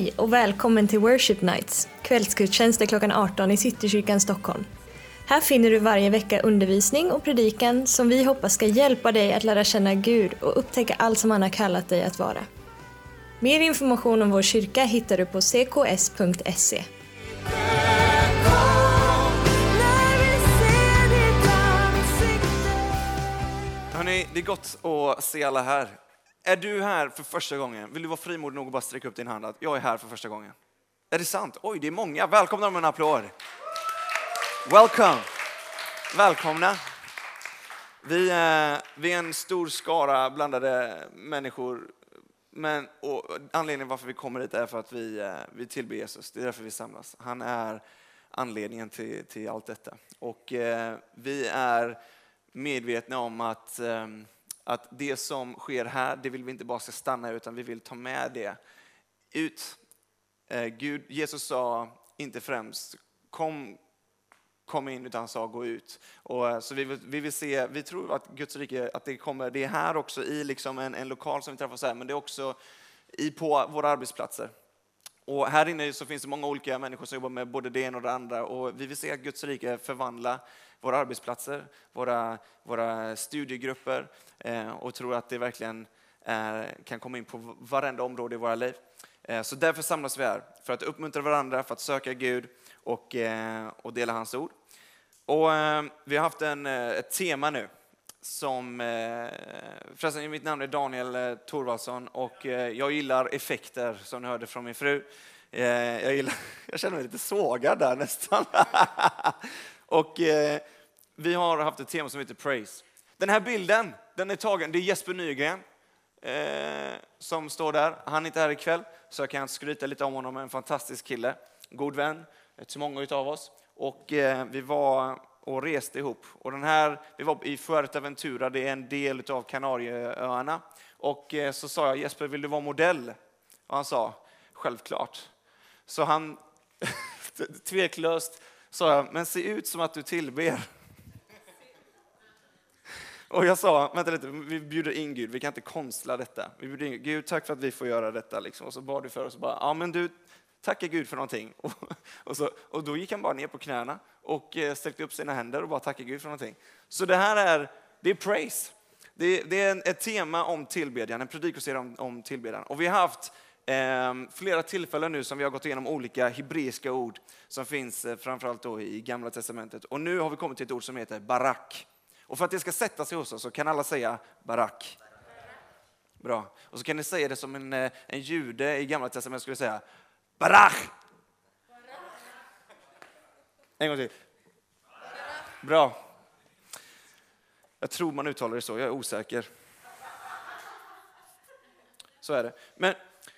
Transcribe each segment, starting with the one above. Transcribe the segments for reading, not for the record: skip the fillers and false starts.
Hej och välkommen till Worship Nights, kvällsgudstjänster klockan 18 i Citykyrkan Stockholm. Här finner du varje vecka undervisning och predikan som vi hoppas ska hjälpa dig att lära känna Gud och upptäcka allt som han har kallat dig att vara. Mer information om vår kyrka hittar du på cks.se. Hörrni, det är gott att se alla här. Är du här för första gången? Vill du vara frimodig nog och bara sträcka upp din hand att jag är här för första gången? Är det sant? Oj, det är många. Välkomna med en applåd. Welcome. Välkomna. Vi är en stor skara blandade människor. Och anledningen varför vi kommer hit är för att vi tillber Jesus. Det är därför vi samlas. Han är anledningen till allt detta. Och vi är medvetna om att det som sker här, det vill vi inte bara ska stanna utan vi vill ta med det ut. Jesus sa inte främst kom in utan han sa gå ut. Och så vi vill se, vi tror att Guds rike att det är här också i liksom en lokal som vi träffas här, men det är också på våra arbetsplatser. Och här inne så finns det många olika människor som jobbar med både det ena och det andra, och vi vill se att Guds rike förvandla våra arbetsplatser, våra studiegrupper, och tror att det verkligen kan komma in på varenda område i våra liv. Så därför samlas vi här, för att uppmuntra varandra, för att söka Gud och dela hans ord. Och vi har haft ett tema nu som, förresten mitt namn är Daniel Thorvaldsson och jag gillar effekter som ni hörde från min fru. Jag känner mig lite sågad där nästan. Och vi har haft ett tema som heter Praise. Den här bilden, den är tagen, det är Jesper Nygren som står där. Han är inte här ikväll, så jag kan skryta lite om honom. En fantastisk kille, god vän till många utav oss. Och vi var och reste ihop. Och vi var i Fuerteventura, det är en del av Kanarieöarna. Och så sa jag, Jesper, vill du vara modell? Och han sa, självklart. Så han tveklöst sa jag, men se ut som att du tillber. Och jag sa, vänta lite, vi bjuder in Gud, vi kan inte konstla detta. Vi bjuder in Gud, tack för att vi får göra detta. Liksom. Och så bad du för oss och bara, ja men du, tacka Gud för någonting. Och då gick han bara ner på knäna och sträckte upp sina händer och bara tacka Gud för någonting. Så det här det är praise. Det är ett tema om tillbedjan, en predikoserie om tillbedjan. Och vi har haft flera tillfällen nu som vi har gått igenom olika hebreiska ord som finns framförallt då i Gamla testamentet. Och nu har vi kommit till ett ord som heter barak. Och för att det ska sätta sig hos oss så kan alla säga barak. Bra. Och så kan ni säga det som en jude i Gamla testamentet skulle säga barak. En gång till. Bra. Jag tror man uttalar det så, jag är osäker. Så är det. Men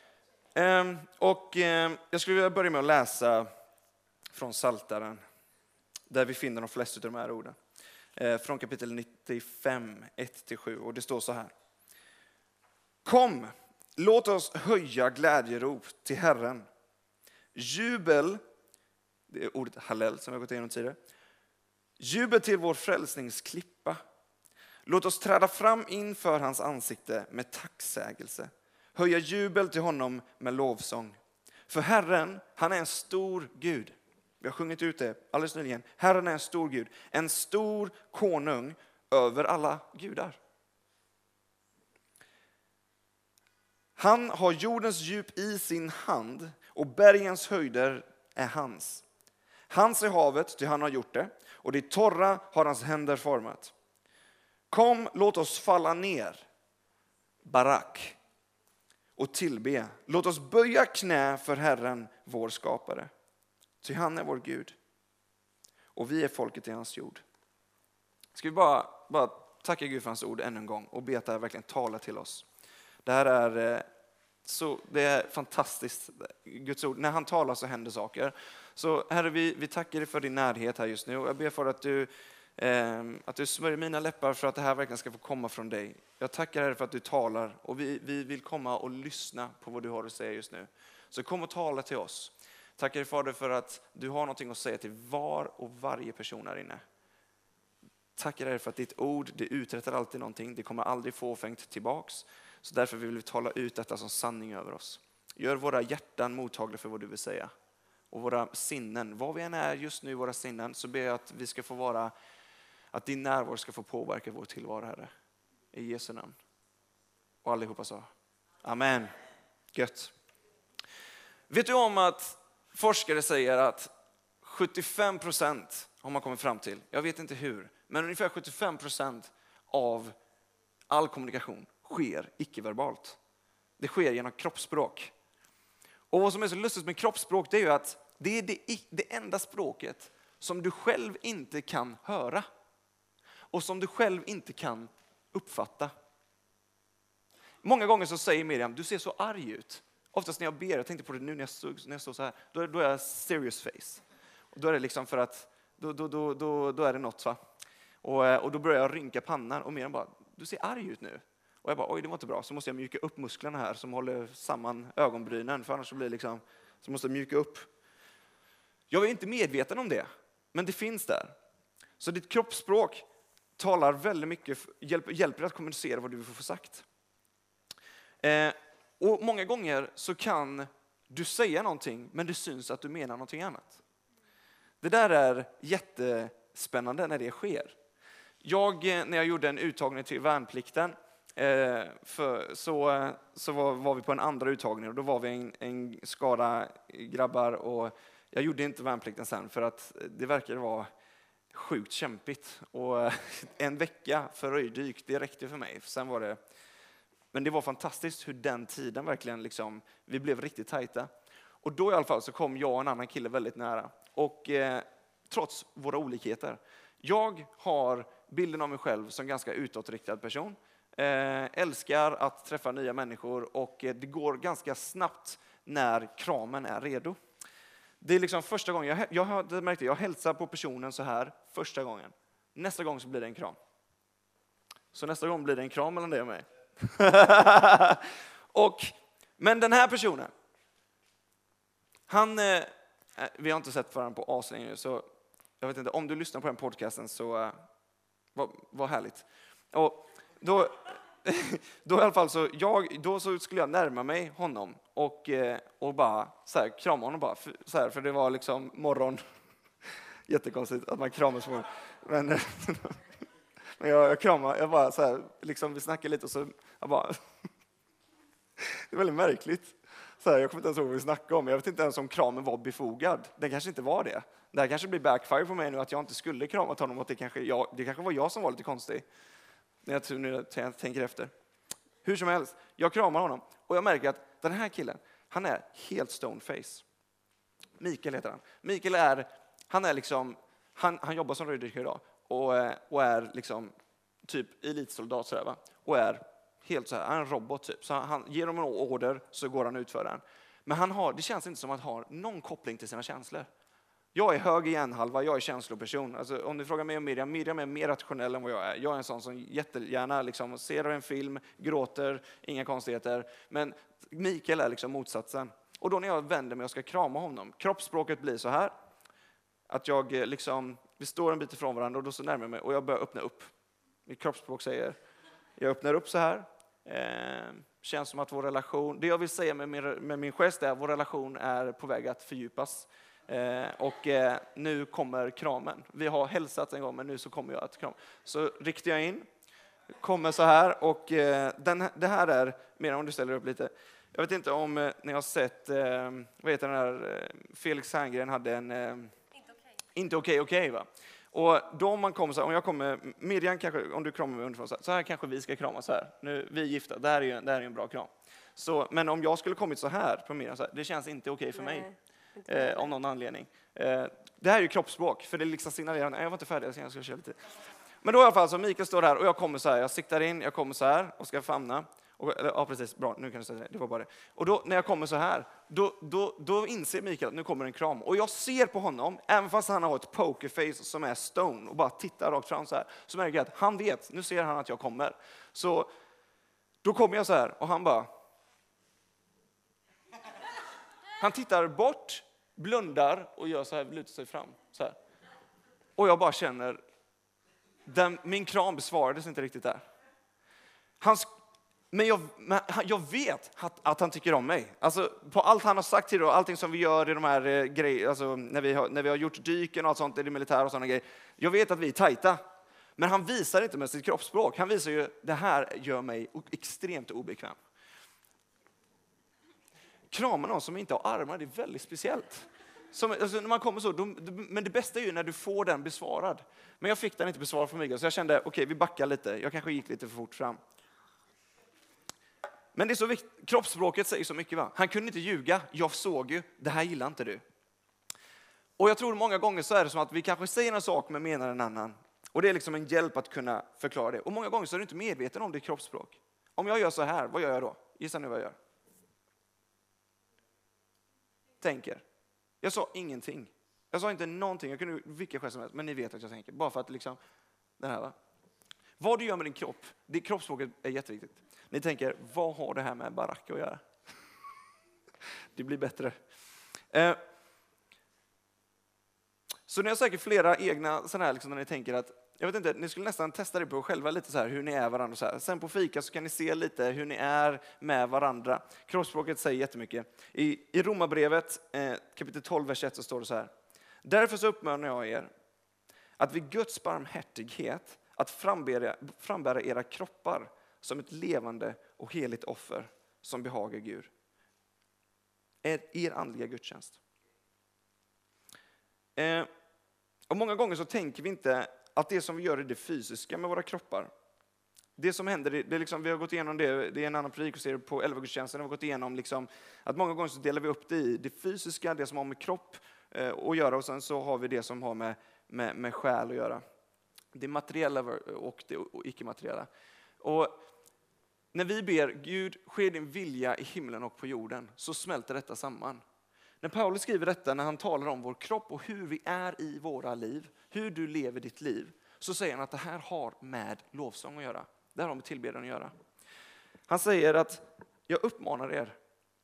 jag skulle vilja börja med att läsa från Psaltaren, där vi finner de flesta av de här orden. Från kapitel 95, 1-7, och det står så här. Kom, låt oss höja glädjerop till Herren. Jubel, det är ordet hallel som jag gått igenom tidigare. Jubel till vår frälsningsklippa. Låt oss träda fram inför hans ansikte med tacksägelse. Höja jubel till honom med lovsång. För Herren, han är en stor Gud. Vi har sjungit ut det alldeles nyligen. Herren är en stor Gud. En stor konung över alla gudar. Han har jordens djup i sin hand och bergens höjder är hans. Hans är havet, ty han har gjort det, och det torra har hans händer format. Kom, låt oss falla ner, barak, och tillbe. Låt oss böja knä för Herren, vår skapare. Ty han är vår Gud, och vi är folket i hans jord. Ska vi bara tacka Gud för hans ord ännu en gång och be att det här verkligen talar till oss. Det här det är fantastiskt, Guds ord. När han talar så händer saker. Så Herre, vi tackar dig för din närhet här just nu. Och jag ber för att du smörjer mina läppar för att det här verkligen ska få komma från dig. Jag tackar Herre för att du talar. Och vi vill komma och lyssna på vad du har att säga just nu. Så kom och tala till oss. Tackar dig Fader för att du har någonting att säga till var och varje person här inne. Tackar dig för att ditt ord, det uträttar alltid någonting. Det kommer aldrig få fåfängt tillbaks. Så därför vill vi tala ut detta som sanning över oss. Gör våra hjärtan mottagliga för vad du vill säga. Och våra sinnen, vad vi än är just nu i våra sinnen, så ber jag att vi ska få vara, att din närvaro ska få påverka vår tillvaro, Herre. I Jesu namn. Och allihopa sa amen. Gött. Vet du om att forskare säger att 75% har man kommit fram till, jag vet inte hur, men ungefär 75% av all kommunikation sker icke-verbalt. Det sker genom kroppsspråk. Och vad som är så lustigt med kroppsspråk, det är ju att det är det enda språket som du själv inte kan höra. Och som du själv inte kan uppfatta. Många gånger så säger Miriam, du ser så arg ut. Oftast när jag ber, jag tänkte på det nu när jag står så här, då är jag serious face. Och då är det liksom för att, då är det något, va. Och då börjar jag rynka pannan och Miriam bara, du ser arg ut nu. Och jag bara, oj det var inte bra. Så måste jag mjuka upp musklerna här som håller samman ögonbrynen. För annars så blir det liksom, så måste jag mjuka upp. Jag är inte medveten om det, men det finns där. Så ditt kroppsspråk talar väldigt mycket, hjälper dig att kommunicera vad du vill få sagt. Och många gånger så kan du säga någonting, men det syns att du menar någonting annat. Det där är jättespännande när det sker. När jag gjorde en uttagning till värnplikten, så var vi på en andra uttagning och då var vi en skara grabbar och jag gjorde inte värnplikten sen för att det verkade vara sjukt kämpigt. Och en vecka för röjdyk, det räckte för mig. Men det var fantastiskt hur den tiden verkligen liksom, vi blev riktigt tajta. Och då i alla fall så kom jag och en annan kille väldigt nära. Och trots våra olikheter. Jag har bilden av mig själv som ganska utåtriktad person. Älskar att träffa nya människor och det går ganska snabbt när kramen är redo. Det är liksom första gången, jag hälsar på personen så här första gången. Nästa gång så blir det en kram. Så nästa gång blir det en kram mellan dig och mig. Men den här personen, vi har inte sett varandra på aslänge nu, så jag vet inte, om du lyssnar på den podcasten så vad härligt. Och då i alla fall så skulle jag närma mig honom och bara så här krama honom bara så här, för det var liksom morgon. Jättekonstigt att man kramas på. Men jag kramar, jag bara så här liksom vi snackar lite och så jag bara det är väldigt märkligt. Så här, jag kommer inte ens ihåg vad vi snackade om. Jag vet inte ens om kramen var befogad. Den kanske inte var det. Det här kanske blir backfire på mig nu att jag inte skulle krama honom. Att det kanske var jag som var lite konstig. När jag tänker efter. Hur som helst, jag kramar honom. Och jag märker att den här killen, han är helt stone face. Mikael heter han. Mikael han är liksom, han jobbar som röjdykare idag. Och är liksom typ elitsoldat sådär, va. Och är helt så här, han är en robot typ. Så han ger dem en order så går han ut för den. Men det känns inte som att han har någon koppling till sina känslor. Jag är hög hjärnhalva, jag är känsloperson. Alltså, om du frågar mig om Miriam är mer rationell än vad jag är. Jag är en sån som jättegärna liksom, ser en film, gråter, inga konstigheter. Men Mikael är liksom motsatsen. Och då när jag vänder mig och ska krama honom, kroppsspråket blir så här. Att jag liksom, vi står en bit ifrån varandra och då så närmar jag mig och jag börjar öppna upp. Mitt kroppsspråk säger, jag öppnar upp så här. Känns som att vår relation, det jag vill säga med min gest är att vår relation är på väg att fördjupas. Nu kommer kramen. Vi har hälsat en gång, men nu så kommer jag att krama. Så riktar jag in, kommer så här och det här är, mer om du ställer upp lite. Jag vet inte om ni har sett, vad heter den här, Felix Herngren hade en Inte okej, va? Och då om man kommer så här, om jag kommer, Miriam kanske, om du kramar mig underifrån så här kanske vi ska krama så här. Nu, vi är gifta, det här är en bra kram. Så, men om jag skulle kommit så här på Miriam, så här, det känns inte okej för mig. Av någon anledning. Det här är ju kroppsspråk, för det liksom signalerar, nej jag var inte färdig, jag ska köra lite. Men då i alla fall så Mikael står här och jag kommer så här, jag siktar in, jag kommer så här och ska famna. Ja precis, bra, nu kan du säga det var bara det. Och då när jag kommer så här, då inser Mikael att nu kommer en kram. Och jag ser på honom, även fast han har ett pokerface som är stone och bara tittar rakt fram så här, så märker jag att han vet, nu ser han att jag kommer. Så då kommer jag så här och han bara, han tittar bort, blundar och gör så här, lutar sig fram så här. Och jag bara känner, min kram besvarades inte riktigt där. Men jag vet att han tycker om mig. Alltså på allt han har sagt till och allting som vi gör i de här grejerna, alltså när vi har gjort dyken och allt sånt i det militära och sådana grejer. Jag vet att vi är tajta. Men han visar inte med sitt kroppsspråk. Han visar ju, det här gör mig extremt obekväm. Krama någon som inte har armar, det är väldigt speciellt. Alltså, när man kommer så, men det bästa är ju när du får den besvarad. Men jag fick den inte besvarad från mig, så jag kände, okej, vi backar lite. Jag kanske gick lite för fort fram. Men det är så viktigt, kroppsspråket säger så mycket, va? Han kunde inte ljuga, jag såg ju, det här gillar inte du. Och jag tror många gånger så är det som att vi kanske säger en sak men menar en annan. Och det är liksom en hjälp att kunna förklara det. Och många gånger så är du inte medveten om det kroppsspråk. Om jag gör så här, vad gör jag då? Gissa nu vad jag gör. Tänker. Jag sa ingenting. Jag sa inte någonting. Jag kunde vilka skäl som helst. Men ni vet att jag tänker. Bara för att liksom, det här, va? Vad du gör med din kropp, det kroppsspråket är jätteviktigt. Ni tänker, vad har det här med Barack att göra? Det blir bättre. Så ni har säkert flera egna sådana här, liksom, när ni tänker att, jag vet inte, ni skulle nästan testa det på själva lite så här, hur ni är varandra. Så här. Sen på fika så kan ni se lite hur ni är med varandra. Kroppsspråket säger jättemycket. I Romarbrevet kapitel 12, vers 1 så står det så här. Därför så uppmanar jag er att vid Guds barmhärtighet att frambära era kroppar som ett levande och heligt offer som behagar Gud. Er andliga gudstjänst. Och många gånger så tänker vi inte att det som vi gör är det fysiska med våra kroppar. Det som händer, det är liksom, vi har gått igenom det är en annan predikoserie på 11-gudstjänsten. Vi har gått igenom liksom, att många gånger så delar vi upp det i det fysiska, det som har med kropp att göra. Och sen så har vi det som har med själ att göra. Det materiella och det icke-materiella. Och när vi ber Gud, sker din vilja i himlen och på jorden, så smälter detta samman. När Paulus skriver detta, när han talar om vår kropp och hur vi är i våra liv, hur du lever ditt liv, så säger han att det här har med lovsång att göra. Det här har med tillbedjan att göra. Han säger att jag uppmanar er,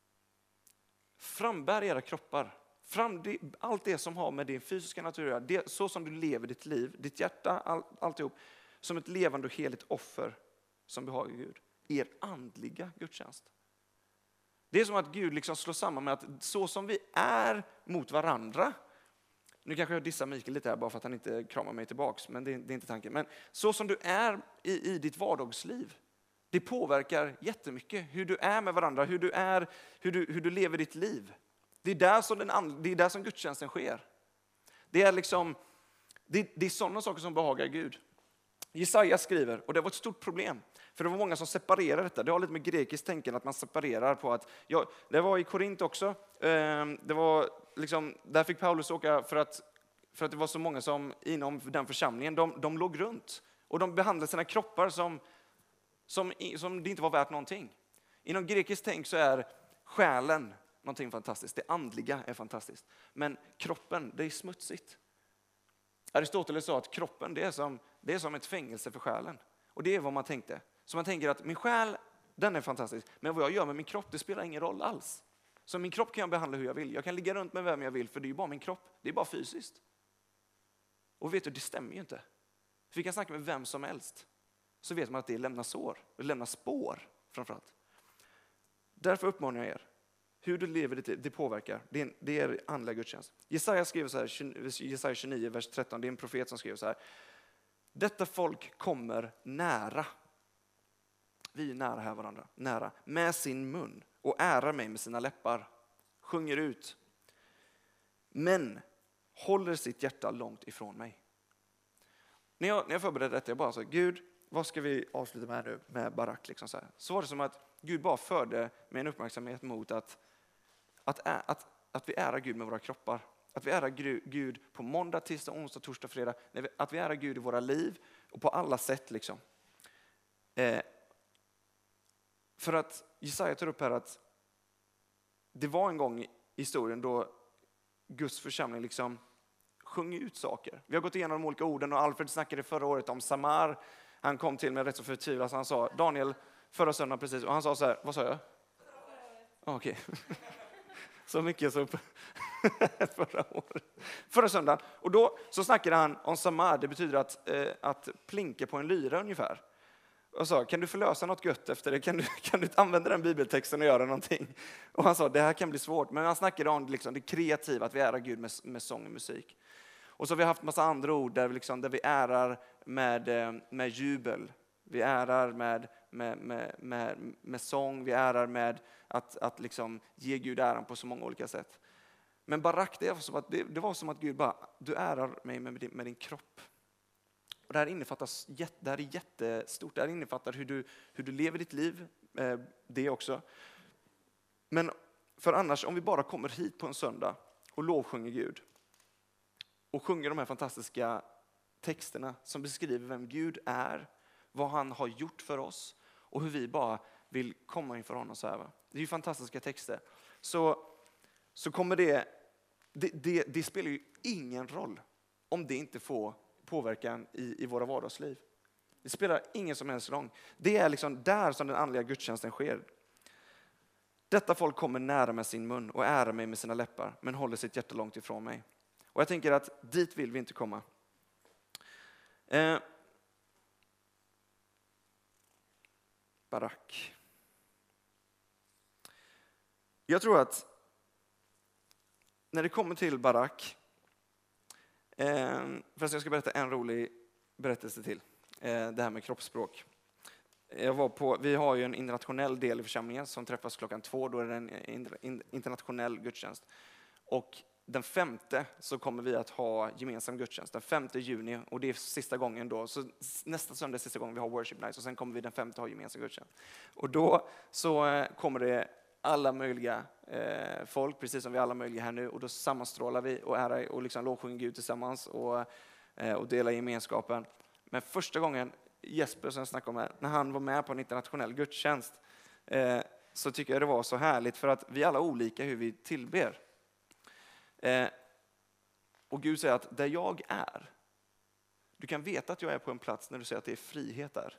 frambär era kroppar. Allt det som har med din fysiska natur att göra, så som du lever ditt liv, ditt hjärta, alltihop, som ett levande och heligt offer som behagar Gud. Er andliga gudstjänst. Det är som att Gud liksom slår samman med att så som vi är mot varandra. Nu kanske jag dissar Mikael lite här bara för att han inte kramar mig tillbaks. Men det är inte tanken. Men så som du är i ditt vardagsliv. Det påverkar jättemycket hur du är med varandra. Hur du lever ditt liv. Det är där som gudstjänsten sker. Det är sådana saker som behagar Gud. Jesaja skriver, och det var ett stort problem. För det var många som separerade detta. Det har lite med grekiskt tänkande att man separerar på att... det var i Korint också. Det var liksom, där fick Paulus åka för att det var så många som inom den församlingen. De låg runt. Och de behandlade sina kroppar som det inte var värt någonting. Inom grekiskt tänk så är själen någonting fantastiskt. Det andliga är fantastiskt. Men kroppen, det är smutsigt. Aristoteles sa att kroppen det är som ett fängelse för själen. Och det är vad man tänkte. Så man tänker att min själ, den är fantastisk. Men vad jag gör med min kropp, det spelar ingen roll alls. Så min kropp kan jag behandla hur jag vill. Jag kan ligga runt med vem jag vill, för det är ju bara min kropp. Det är bara fysiskt. Och vet du, det stämmer ju inte. För vi kan snacka med vem som helst. Så vet man att det lämnar sår. Det lämnar spår framförallt. Därför uppmanar jag er. Hur du lever det påverkar. Det är andliga gudstjänst. Jesaja skriver så här, Jesaja 29, vers 13. Det är en profet som skriver så här. Detta folk kommer nära. Vi är nära här varandra. Nära. Med sin mun. Och ärar mig med sina läppar. Sjunger ut. Men håller sitt hjärta långt ifrån mig. När jag förberedde detta, jag bara sa, Gud, vad ska vi avsluta med nu med Barack? Liksom så var det som att Gud bara förde med en uppmärksamhet mot att vi ärar Gud med våra kroppar. Att vi ärar Gud på måndag, tisdag, onsdag, torsdag, fredag. Att vi ärar Gud i våra liv och på alla sätt. Liksom. För att Jesaja tar upp här att det var en gång i historien då Guds församling liksom sjöng ut saker. Vi har gått igenom de olika orden och Alfred snackade förra året om Samar. Han kom till mig rätt så förtvivlat. Han sa, Daniel, förra söndagen precis. Och han sa så här, vad sa jag? Okej. Så mycket så förra söndagen. Och då så snackade han om Samar. Det betyder att plinka på en lyra ungefär. och sa, kan du förlösa något gött efter det? Kan du använda den bibeltexten och göra någonting? Och han sa, det här kan bli svårt. Men han snackade om liksom det kreativa, att vi ärar Gud med sång och musik. Och så har vi haft massa andra ord där vi ärar med jubel. Vi ärar med sång, vi ärar med att liksom ge Gud äran på så många olika sätt. Men barak, det var som att Gud bara, du ärar mig med din kropp. Och det här är jättestort. Det här innefattar hur du lever ditt liv, det också. Men för annars, om vi bara kommer hit på en söndag och lovsjunger Gud och sjunger de här fantastiska texterna som beskriver vem Gud är, vad han har gjort för oss och hur vi bara vill komma inför honom så här. Va? Det är ju fantastiska texter. Så kommer det spelar ju ingen roll om det inte får påverkan i våra vardagsliv. Det spelar ingen som helst roll. Det är liksom där som den andliga gudstjänsten sker. Detta folk kommer nära med sin mun och ärar mig med sina läppar, men håller sitt hjärta långt ifrån mig. Och jag tänker att dit vill vi inte komma. Barak. Jag tror att när det kommer till barak, först jag ska berätta en rolig berättelse till. Det här med kroppsspråk. Vi har ju en internationell del i församlingen som träffas 2:00. Då är det en internationell gudstjänst. Och den 5:e så kommer vi att ha gemensam gudstjänst. Den 5 juni, och det är sista gången då. Så nästa söndag är sista gången vi har worship nights. Och sen kommer vi den 5:e ha gemensam gudstjänst. Och då så kommer det alla möjliga folk, precis som vi alla möjliga här nu. Och då sammanstrålar vi och ärar och liksom lovsjunger Gud tillsammans och delar gemenskapen. Men första gången Jesper som jag snackade om här, när han var med på en internationell gudstjänst, så tycker jag det var så härligt för att vi är alla olika hur vi tillber. Och Gud säger att där jag är, du kan veta att jag är på en plats när du säger att det är frihet där.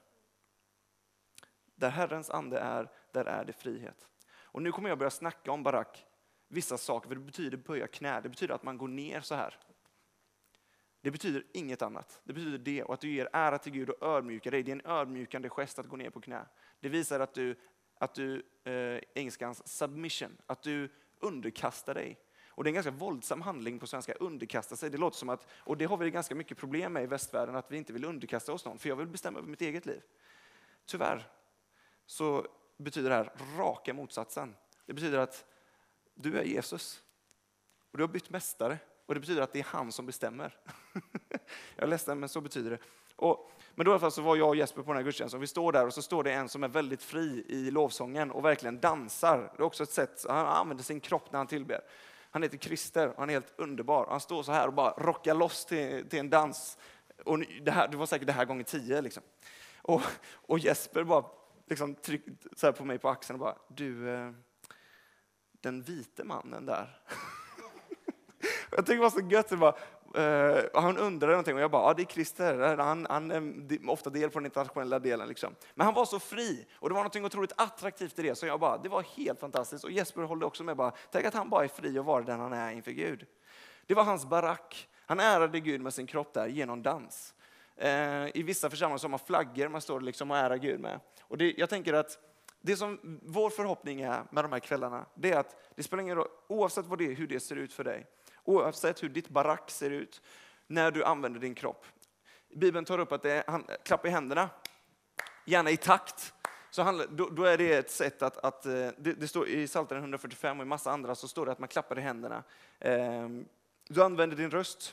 Där Herrens ande är, där är det frihet. Och nu kommer jag börja snacka om barak, vissa saker, för det betyder böja knä, det betyder att man går ner så här. Det betyder inget annat. Det betyder det, och att du ger ära till Gud och ödmjukar dig. Det är en ödmjukande gest att gå ner på knä. Det visar att du engelskans submission, att du underkastar dig. Och det är en ganska våldsam handling på svenska, underkasta sig. Det låter som att, och det har vi ganska mycket problem med i västvärlden, att vi inte vill underkasta oss någon. För jag vill bestämma över mitt eget liv. Tyvärr så betyder det här raka motsatsen. Det betyder att du är Jesus. Och du har bytt mästare. Och det betyder att det är han som bestämmer. Jag är ledsen, men så betyder det. Men då i alla fall så var jag och Jesper på den här gudstjänsten. Och vi står där och så står det en som är väldigt fri i lovsången och verkligen dansar. Det är också ett sätt, han använder sin kropp när han tillber. Han heter Christer och han är helt underbar. Han står så här och bara rockar loss till en dans. Och det var säkert det här gånger 10 liksom. Och Jesper bara liksom tryckte så här på mig på axeln och bara, du, den vite mannen där. Jag tycker det var så gött. Han undrade någonting och jag bara, det är Christer. Han är ofta del på den internationella delen. Liksom. Men han var så fri och det var något otroligt attraktivt i det. Så jag bara, det var helt fantastiskt. Och Jesper hållde också med bara, tänk att han bara är fri och var den han är inför Gud. Det var hans barak. Han ärade Gud med sin kropp där genom dans. I vissa församlingar så har man flaggor man står liksom och ärar Gud med. Och jag tänker att det som vår förhoppning är med de här kvällarna, det är att det spelar ingen roll, oavsett hur det ser ut för dig. Oavsett hur ditt barak ser ut när du använder din kropp. Bibeln tar upp att klappa i händerna, gärna i takt. Så då är det ett sätt att det står i Psaltaren 145 och i massa andra så står det att man klappar i händerna. Du använder din röst.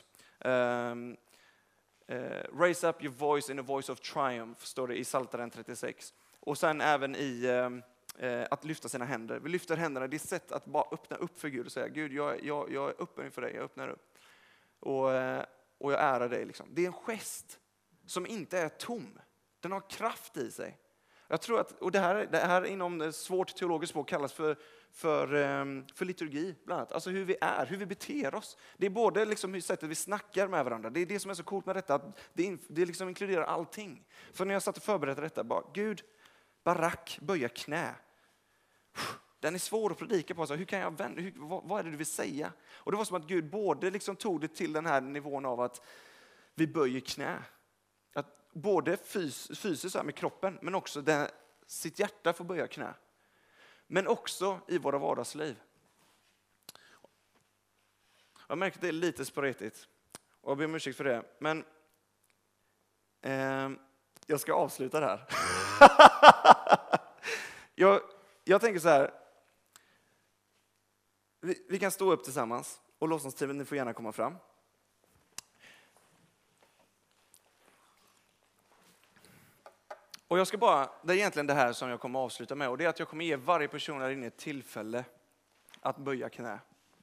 Raise up your voice in a voice of triumph, står det i Psaltaren 36. Och sen även i att lyfta sina händer. Vi lyfter händerna, det är ett sätt att bara öppna upp för Gud och säga, Gud, jag är öppen för dig, jag öppnar upp. Och jag ärar dig. Liksom. Det är en gest som inte är tom. Den har kraft i sig. Jag tror att, och det här inom svårt teologiskt språk kallas för liturgi bland annat. Alltså hur vi är, hur vi beter oss. Det är både liksom hur sättet vi snackar med varandra. Det är det som är så coolt med detta. Att det liksom inkluderar allting. För när jag satt och förberedde detta, bara Gud, barak, böja knä. Den är svår att predika på. Så hur kan jag vända? Vad är det du vill säga? Och det var som att Gud både liksom tog det till den här nivån av att vi böjer knä. både fysiskt så här med kroppen, men också sitt hjärta får böja knä. Men också i våra vardagsliv. Jag märker att det är lite sporetigt. Och jag ber om ursäkt för det. Men jag ska avsluta det här. jag tänker så här. Vi kan stå upp tillsammans. Och lovsångsteamet, ni får gärna komma fram. Och jag ska bara, det är egentligen det här som jag kommer avsluta med. Och det är att jag kommer ge varje person här inne ett tillfälle att böja knä.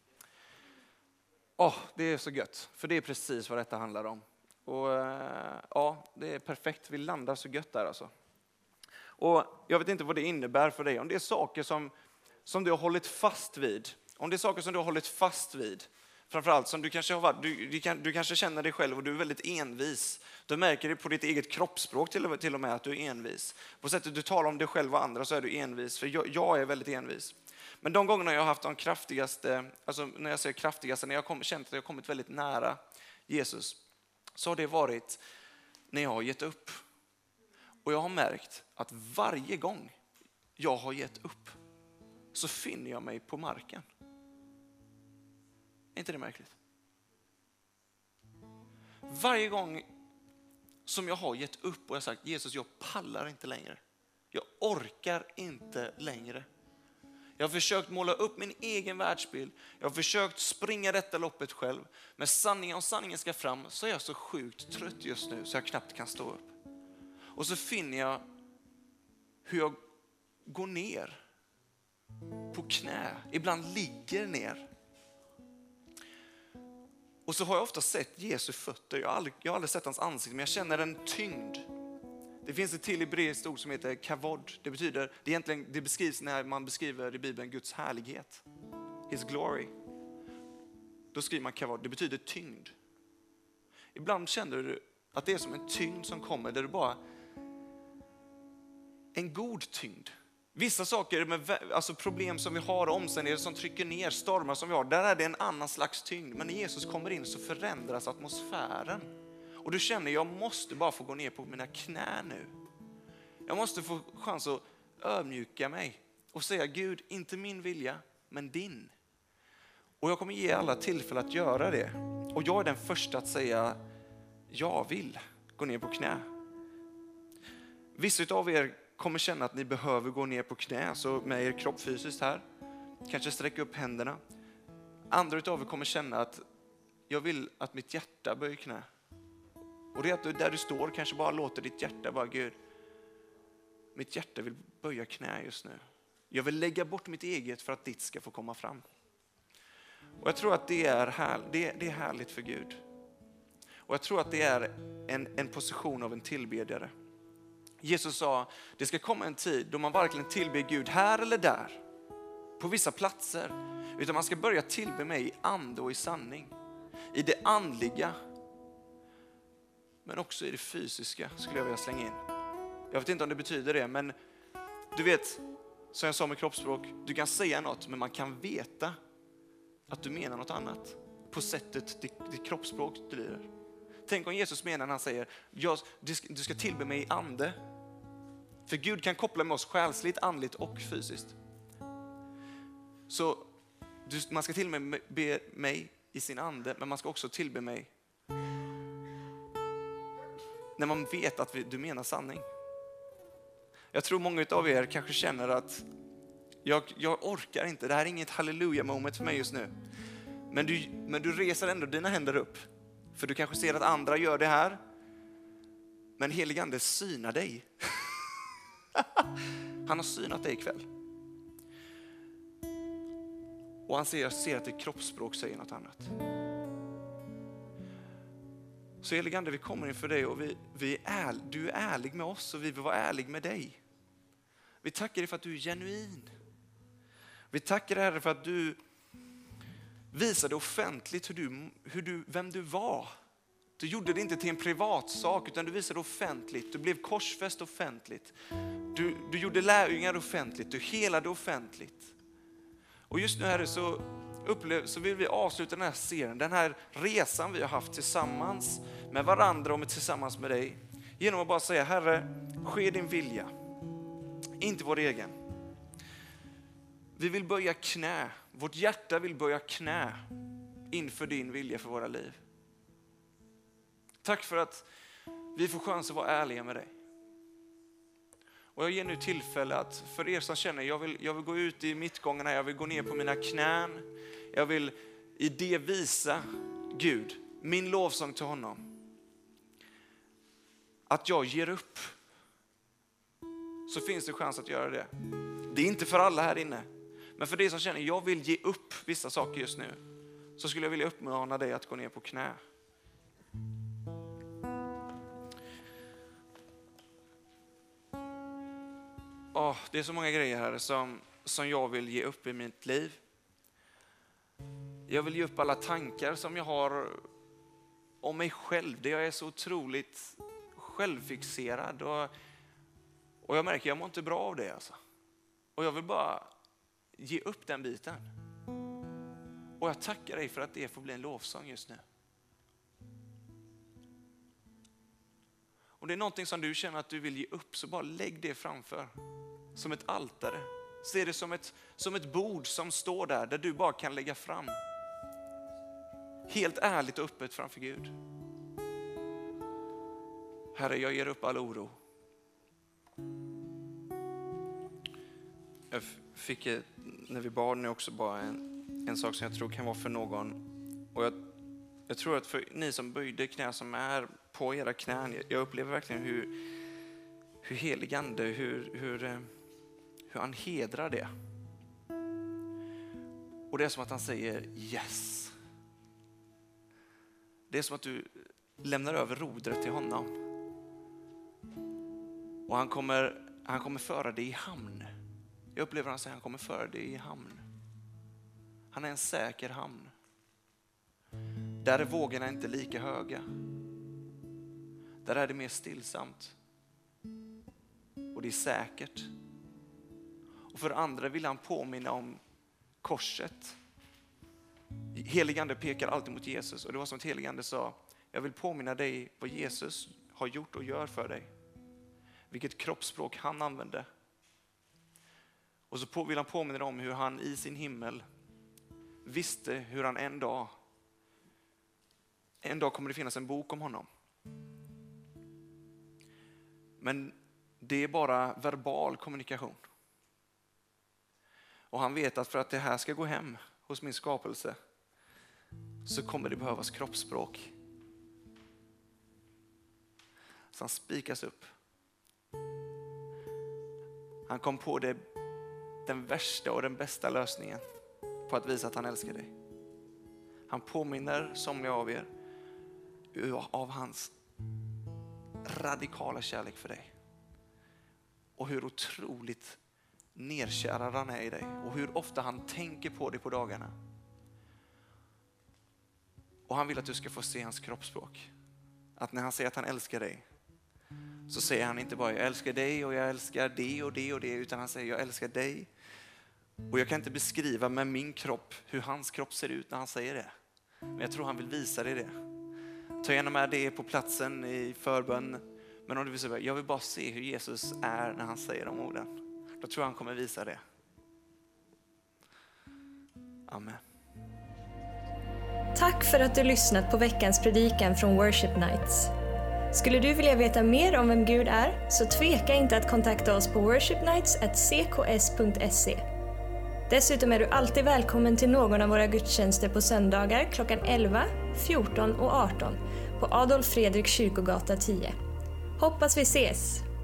Det är så gött. För det är precis vad detta handlar om. Och det är perfekt. Vi landar så gött där alltså. Och jag vet inte vad det innebär för dig. Om det är saker som du har hållit fast vid. Om det är saker som du har hållit fast vid. Framförallt som du kanske har varit, du kanske känner dig själv och du är väldigt envis. Du märker det på ditt eget kroppsspråk till och med att du är envis. På sättet du talar om dig själv och andra så är du envis. För jag är väldigt envis. Men de gångerna jag har haft de kraftigaste, alltså när jag säger kraftigaste, när jag känt att jag har kommit väldigt nära Jesus, så har det varit när jag har gett upp. Och jag har märkt att varje gång jag har gett upp så finner jag mig på marken. Är inte det märkligt? Varje gång som jag har gett upp och jag har sagt Jesus, jag pallar inte längre. Jag orkar inte längre. Jag har försökt måla upp min egen världsbild. Jag har försökt springa detta loppet själv. Men om sanningen ska fram så är jag så sjukt trött just nu så jag knappt kan stå upp. Och så finner jag hur jag går ner på knä. Ibland ligger ner. Och så har jag ofta sett Jesu fötter. Jag har aldrig sett hans ansikte, men jag känner en tyngd. Det finns ett till hebreiskt ord som heter kavod. Det beskrivs när man beskriver i Bibeln Guds härlighet. His glory. Då skriver man kavod. Det betyder tyngd. Ibland känner du att det är som en tyngd som kommer där du bara... En god tyngd. Vissa saker, alltså problem som vi har, omständigheter som trycker ner, stormar som vi har, där är det en annan slags tyngd. Men när Jesus kommer in så förändras atmosfären. Och du känner, jag måste bara få gå ner på mina knän nu. Jag måste få chans att ödmjuka mig och säga, Gud, inte min vilja, men din. Och jag kommer ge alla tillfälle att göra det. Och jag är den första att säga, jag vill gå ner på knä. Vissa av er kommer känna att ni behöver gå ner på knä, så med er kropp fysiskt här. Kanske sträcka upp händerna. Andra av er kommer känna att jag vill att mitt hjärta böjer knä. Och det är att där du står kanske bara låter ditt hjärta bara, Gud, mitt hjärta vill böja knä just nu. Jag vill lägga bort mitt eget för att ditt ska få komma fram. Och jag tror att det är härligt för Gud. Och jag tror att det är en position av en tillbedjare. Jesus sa, det ska komma en tid då man verkligen tillber Gud här eller där. På vissa platser. Utan man ska börja tillbe mig i ande och i sanning. I det andliga. Men också i det fysiska skulle jag vilja slänga in. Jag vet inte om det betyder det, men du vet, som jag sa med kroppsspråk, du kan säga något men man kan veta att du menar något annat. På sättet ditt kroppsspråk driver. Tänk om Jesus menar när han säger, du ska tillbe mig i ande. För Gud kan koppla med oss själsligt, andligt och fysiskt. Så man ska till och med be mig i sin ande, men man ska också tillbe mig när man vet att du menar sanning. Jag tror många av er kanske känner att jag orkar inte, det här är inget halleluja moment för mig just nu. Men du reser ändå dina händer upp. För du kanske ser att andra gör det här. Men helig ande synar dig. Han har synat dig ikväll. Och han ser att ditt kroppsspråk säger något annat. Så helig ande, vi kommer inför dig och du är ärlig med oss och vi vill vara ärlig med dig. Vi tackar dig för att du är genuin. Vi tackar dig, Herre, för att du visade offentligt vem du var. Du gjorde det inte till en privat sak utan du visade offentligt. Du blev korsfäst offentligt. Du gjorde lärjungar offentligt. Du helade offentligt. Och just nu, Herre, så vill vi avsluta den här serien. Den här resan vi har haft tillsammans med varandra och tillsammans med dig. Genom att bara säga, Herre, ske din vilja, inte vår egen. Vi vill böja knä, vårt hjärta vill böja knä inför din vilja för våra liv. Tack för att vi får chans att vara ärliga med dig. Och jag ger nu tillfälle att för er som känner, jag vill gå ut i mittgångarna, jag vill gå ner på mina knän. Jag vill i det visa Gud, min lovsång till honom. Att jag ger upp. Så finns det chans att göra det. Det är inte för alla här inne. Men för dig som känner, jag vill ge upp vissa saker just nu. Så skulle jag vilja uppmana dig att gå ner på knä. Det är så många grejer här som jag vill ge upp i mitt liv. Jag vill ge upp alla tankar som jag har om mig själv. Det jag är så otroligt självfixerad. Och jag märker att jag mår inte bra av det. Alltså. Och jag vill bara ge upp den biten. Och jag tackar dig för att det får bli en lovsång just nu. Om det är någonting som du känner att du vill ge upp, så bara lägg det framför. Som ett altare. Se det som ett bord som står där du bara kan lägga fram. Helt ärligt och öppet framför Gud. Herre, jag ger upp all oro. Jag fick när vi bad nu också bara en sak som jag tror kan vara för någon. Och jag tror att för ni som böjde knä, som är på era knän, jag upplever verkligen hur heligande, hur han hedrar det. Och det är som att han säger yes. Det är som att du lämnar över rodret till honom. Och han kommer föra dig i hamn. Jag upplever han säger han kommer föra dig i hamn. Han är en säker hamn. Där är vågorna inte lika höga. Där är det mer stillsamt. Och det är säkert. Och för andra vill han påminna om korset. Heligande pekar alltid mot Jesus. Och det var som att heligande sa, jag vill påminna dig vad Jesus har gjort och gör för dig. Vilket kroppsspråk han använde. Och så vill han påminna om hur han i sin himmel visste hur han en dag kommer det finnas en bok om honom. Men det är bara verbal kommunikation. Och han vet att för att det här ska gå hem hos min skapelse, så kommer det behövas kroppsspråk. Så han spikas upp. Han kom på den värsta och den bästa lösningen på att visa att han älskar dig. Han påminner somliga av er av hans radikala kärlek för dig. Och hur otroligt nerkärad han är i dig. Och hur ofta han tänker på dig på dagarna. Och han vill att du ska få se hans kroppsspråk. Att när han säger att han älskar dig, så säger han inte bara jag älskar dig och jag älskar det och det och det. Utan han säger jag älskar dig. Och jag kan inte beskriva med min kropp hur hans kropp ser ut när han säger det. Men jag tror han vill visa dig det. Ta gärna med det på platsen i förbön. Men om du vill säga, jag vill bara se hur Jesus är när han säger de orden. Då tror jag han kommer visa det. Amen. Tack för att du lyssnat på veckans predikan från Worship Nights. Skulle du vilja veta mer om vem Gud är, så tveka inte att kontakta oss på worshipnights@cks.se. Dessutom är du alltid välkommen till någon av våra gudstjänster på söndagar klockan 11, 14 och 18 på Adolf Fredrik kyrkogata 10. Hoppas vi ses!